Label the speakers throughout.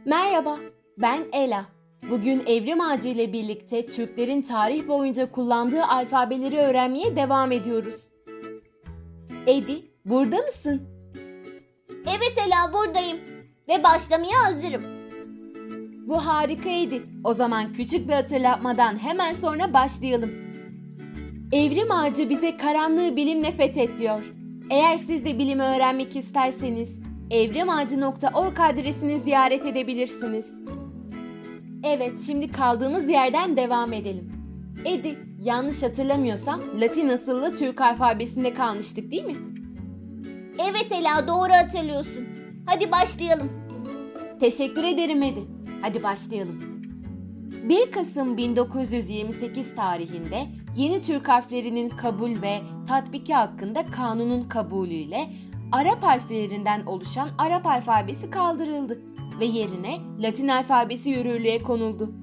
Speaker 1: Merhaba, ben Ela. Bugün Evrim Ağacı ile birlikte Türklerin tarih boyunca kullandığı alfabeleri öğrenmeye devam ediyoruz. Edi, burada mısın?
Speaker 2: Evet Ela, buradayım ve başlamaya hazırım.
Speaker 1: Bu harika Edi. O zaman küçük bir hatırlatmadan hemen sonra başlayalım. Evrim Ağacı bize karanlığı bilimle fethet diyor. Eğer siz de bilimi öğrenmek isterseniz evrimağacı.org adresini ziyaret edebilirsiniz. Evet, şimdi kaldığımız yerden devam edelim. Edi, yanlış hatırlamıyorsam Latin asıllı Türk alfabesinde kalmıştık değil mi?
Speaker 2: Evet Ela, doğru hatırlıyorsun. Hadi başlayalım.
Speaker 1: Teşekkür ederim Edi. Hadi başlayalım. 1 Kasım 1928 tarihinde yeni Türk harflerinin kabul ve tatbiki hakkında kanunun kabulüyle Arap harflerinden oluşan Arap alfabesi kaldırıldı ve yerine Latin alfabesi yürürlüğe konuldu.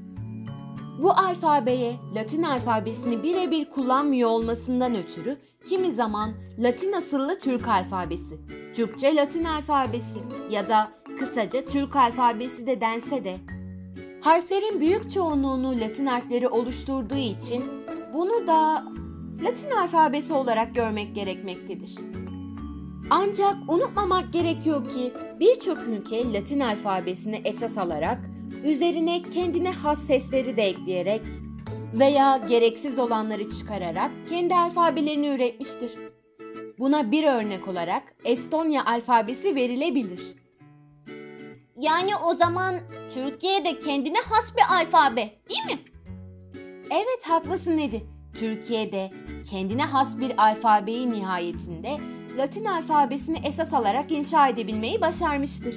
Speaker 1: Bu alfabeye Latin alfabesini birebir kullanmıyor olmasından ötürü kimi zaman Latin asıllı Türk alfabesi, Türkçe Latin alfabesi ya da kısaca Türk alfabesi de dense de harflerin büyük çoğunluğunu Latin harfleri oluşturduğu için bunu da Latin alfabesi olarak görmek gerekmektedir. Ancak unutmamak gerekiyor ki birçok ülke Latin alfabesini esas alarak, üzerine kendine has sesleri de ekleyerek veya gereksiz olanları çıkararak kendi alfabelerini üretmiştir. Buna bir örnek olarak Estonya alfabesi verilebilir.
Speaker 2: Yani o zaman Türkiye'de kendine has bir alfabe, değil mi?
Speaker 1: Evet, haklısın Edi. Türkiye'de kendine has bir alfabeyi nihayetinde Latin alfabesini esas alarak inşa edebilmeyi başarmıştır.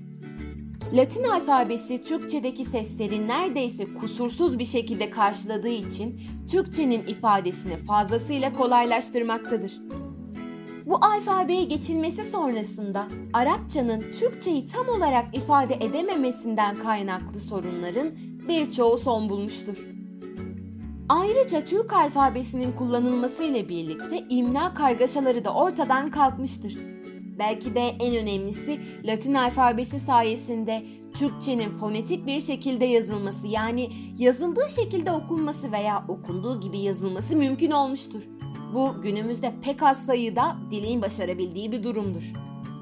Speaker 1: Latin alfabesi Türkçedeki sesleri neredeyse kusursuz bir şekilde karşıladığı için Türkçenin ifadesini fazlasıyla kolaylaştırmaktadır. Bu alfabeye geçilmesi sonrasında Arapçanın Türkçeyi tam olarak ifade edememesinden kaynaklı sorunların birçoğu son bulmuştur. Ayrıca Türk alfabesinin kullanılması ile birlikte imla kargaşaları da ortadan kalkmıştır. Belki de en önemlisi Latin alfabesi sayesinde Türkçenin fonetik bir şekilde yazılması, yani yazıldığı şekilde okunması veya okunduğu gibi yazılması mümkün olmuştur. Bu günümüzde pek az sayıda dilin başarabildiği bir durumdur.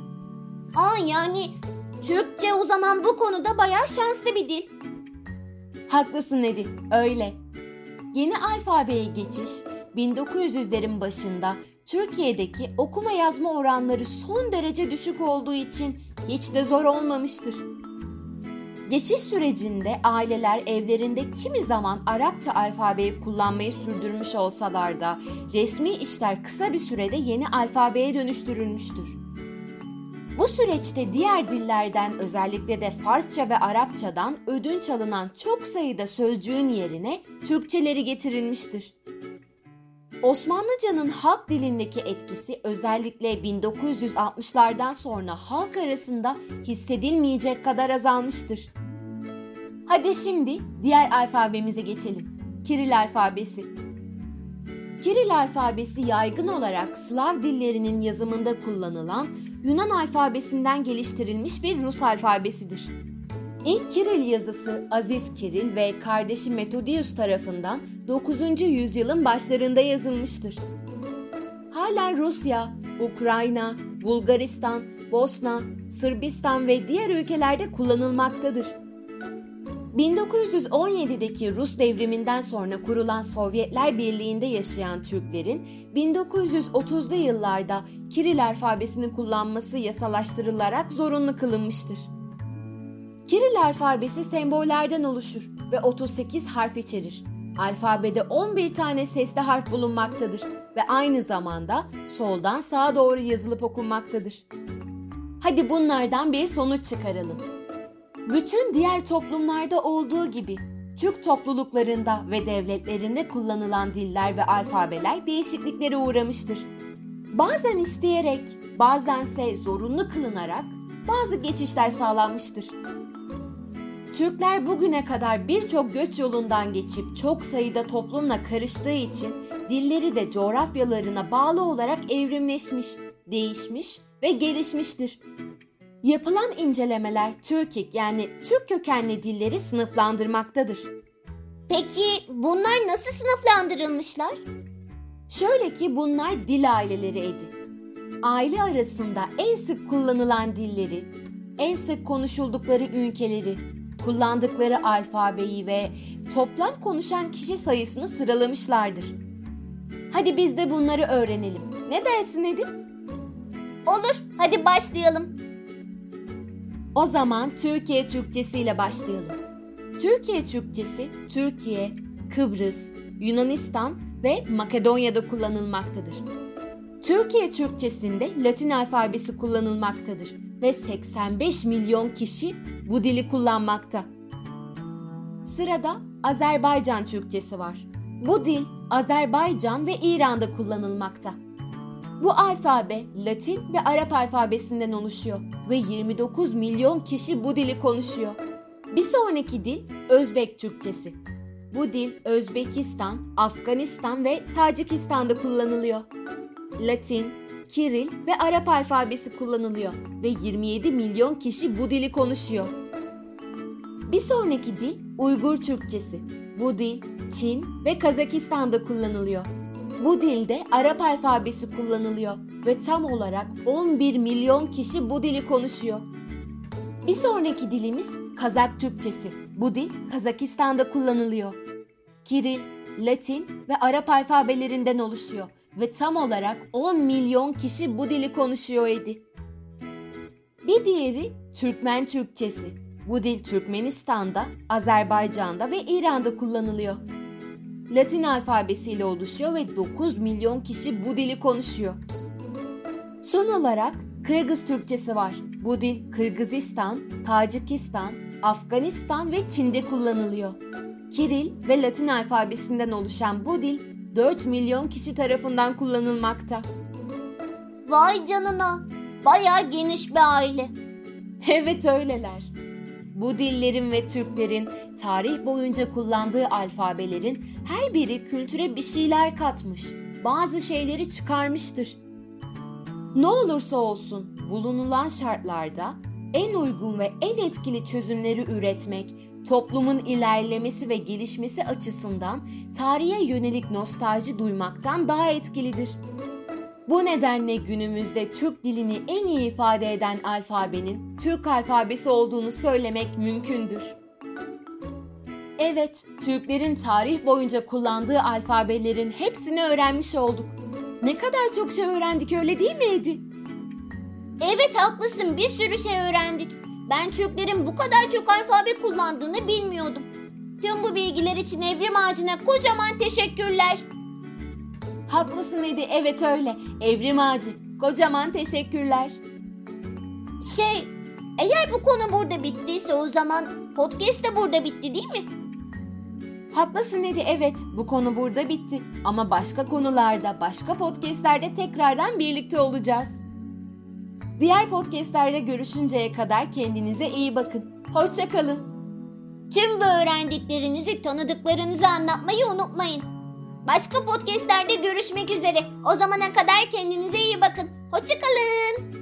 Speaker 2: Yani Türkçe o zaman bu konuda bayağı şanslı bir dil.
Speaker 1: Haklısın Edi, öyle. Yeni alfabeye geçiş 1900'lerin başında Türkiye'deki okuma yazma oranları son derece düşük olduğu için hiç de zor olmamıştır. Geçiş sürecinde aileler evlerinde kimi zaman Arapça alfabeyi kullanmayı sürdürmüş olsalar da resmi işler kısa bir sürede yeni alfabeye dönüştürülmüştür. Bu süreçte diğer dillerden, özellikle de Farsça ve Arapçadan ödünç alınan çok sayıda sözcüğün yerine Türkçeleri getirilmiştir. Osmanlıcanın halk dilindeki etkisi özellikle 1960'lardan sonra halk arasında hissedilmeyecek kadar azalmıştır. Hadi şimdi diğer alfabemize geçelim. Kiril alfabesi. Kiril alfabesi yaygın olarak Slav dillerinin yazımında kullanılan Yunan alfabesinden geliştirilmiş bir Rus alfabesidir. İlk Kiril yazısı Aziz Kiril ve kardeşi Metodius tarafından 9. yüzyılın başlarında yazılmıştır. Hala Rusya, Ukrayna, Bulgaristan, Bosna, Sırbistan ve diğer ülkelerde kullanılmaktadır. 1917'deki Rus devriminden sonra kurulan Sovyetler Birliği'nde yaşayan Türklerin 1930'lu yıllarda Kiril alfabesini kullanması yasalaştırılarak zorunlu kılınmıştır. Kiril alfabesi sembollerden oluşur ve 38 harf içerir. Alfabede 11 tane sesli harf bulunmaktadır ve aynı zamanda soldan sağa doğru yazılıp okunmaktadır. Hadi bunlardan bir sonuç çıkaralım. Bütün diğer toplumlarda olduğu gibi Türk topluluklarında ve devletlerinde kullanılan diller ve alfabeler değişikliklere uğramıştır. Bazen isteyerek, bazense zorunlu kılınarak bazı geçişler sağlanmıştır. Türkler bugüne kadar birçok göç yolundan geçip çok sayıda toplumla karıştığı için dilleri de coğrafyalarına bağlı olarak evrimleşmiş, değişmiş ve gelişmiştir. Yapılan incelemeler Türkik yani Türk kökenli dilleri sınıflandırmaktadır.
Speaker 2: Peki bunlar nasıl sınıflandırılmışlar?
Speaker 1: Şöyle ki bunlar dil aileleri idi. Aile arasında en sık kullanılan dilleri, en sık konuşuldukları ünkeleri, kullandıkları alfabeyi ve toplam konuşan kişi sayısını sıralamışlardır. Hadi biz de bunları öğrenelim. Ne dersin Edi?
Speaker 2: Olur, hadi başlayalım.
Speaker 1: O zaman Türkiye Türkçesiyle başlayalım. Türkiye Türkçesi, Türkiye, Kıbrıs, Yunanistan ve Makedonya'da kullanılmaktadır. Türkiye Türkçesinde Latin alfabesi kullanılmaktadır ve 85 milyon kişi bu dili kullanmakta. Sırada Azerbaycan Türkçesi var. Bu dil Azerbaycan ve İran'da kullanılmakta. Bu alfabe Latin ve Arap alfabesinden oluşuyor ve 29 milyon kişi bu dili konuşuyor. Bir sonraki dil Özbek Türkçesi. Bu dil Özbekistan, Afganistan ve Tacikistan'da kullanılıyor. Latin, Kiril ve Arap alfabesi kullanılıyor ve 27 milyon kişi bu dili konuşuyor. Bir sonraki dil Uygur Türkçesi. Bu dil Çin ve Kazakistan'da kullanılıyor. Bu dilde Arap alfabesi kullanılıyor ve tam olarak 11 milyon kişi bu dili konuşuyor. Bir sonraki dilimiz Kazak Türkçesi. Bu dil Kazakistan'da kullanılıyor. Kiril, Latin ve Arap alfabelerinden oluşuyor ve tam olarak 10 milyon kişi bu dili konuşuyor idi. Bir diğeri Türkmen Türkçesi. Bu dil Türkmenistan'da, Azerbaycan'da ve İran'da kullanılıyor. Latin alfabesiyle oluşuyor ve 9 milyon kişi bu dili konuşuyor. Son olarak Kırgız Türkçesi var. Bu dil Kırgızistan, Tacikistan, Afganistan ve Çin'de kullanılıyor. Kiril ve Latin alfabesinden oluşan bu dil 4 milyon kişi tarafından kullanılmakta.
Speaker 2: Vay canına, bayağı geniş bir aile.
Speaker 1: Evet öyleler. Bu dillerin ve Türklerin tarih boyunca kullandığı alfabelerin her biri kültüre bir şeyler katmış, bazı şeyleri çıkarmıştır. Ne olursa olsun bulunulan şartlarda en uygun ve en etkili çözümleri üretmek, toplumun ilerlemesi ve gelişmesi açısından tarihe yönelik nostalji duymaktan daha etkilidir. Bu nedenle günümüzde Türk dilini en iyi ifade eden alfabenin Türk alfabesi olduğunu söylemek mümkündür. Evet, Türklerin tarih boyunca kullandığı alfabelerin hepsini öğrenmiş olduk. Ne kadar çok şey öğrendik öyle değil mi Edi?
Speaker 2: Evet haklısın, bir sürü şey öğrendik. Ben Türklerin bu kadar çok alfabe kullandığını bilmiyordum. Tüm bu bilgiler için Evrim Ağacı'na kocaman teşekkürler.
Speaker 1: Haklısın Edi, evet öyle. Evrim Ağacı, kocaman teşekkürler.
Speaker 2: Eğer bu konu burada bittiyse o zaman podcast de burada bitti değil mi?
Speaker 1: Haklısın Edi, evet bu konu burada bitti. Ama başka konularda, başka podcastlerde tekrardan birlikte olacağız. Diğer podcastlerde görüşünceye kadar kendinize iyi bakın. Hoşça kalın.
Speaker 2: Tüm bu öğrendiklerinizi tanıdıklarınıza anlatmayı unutmayın. Başka podcastlerde görüşmek üzere. O zamana kadar kendinize iyi bakın. Hoşça kalın.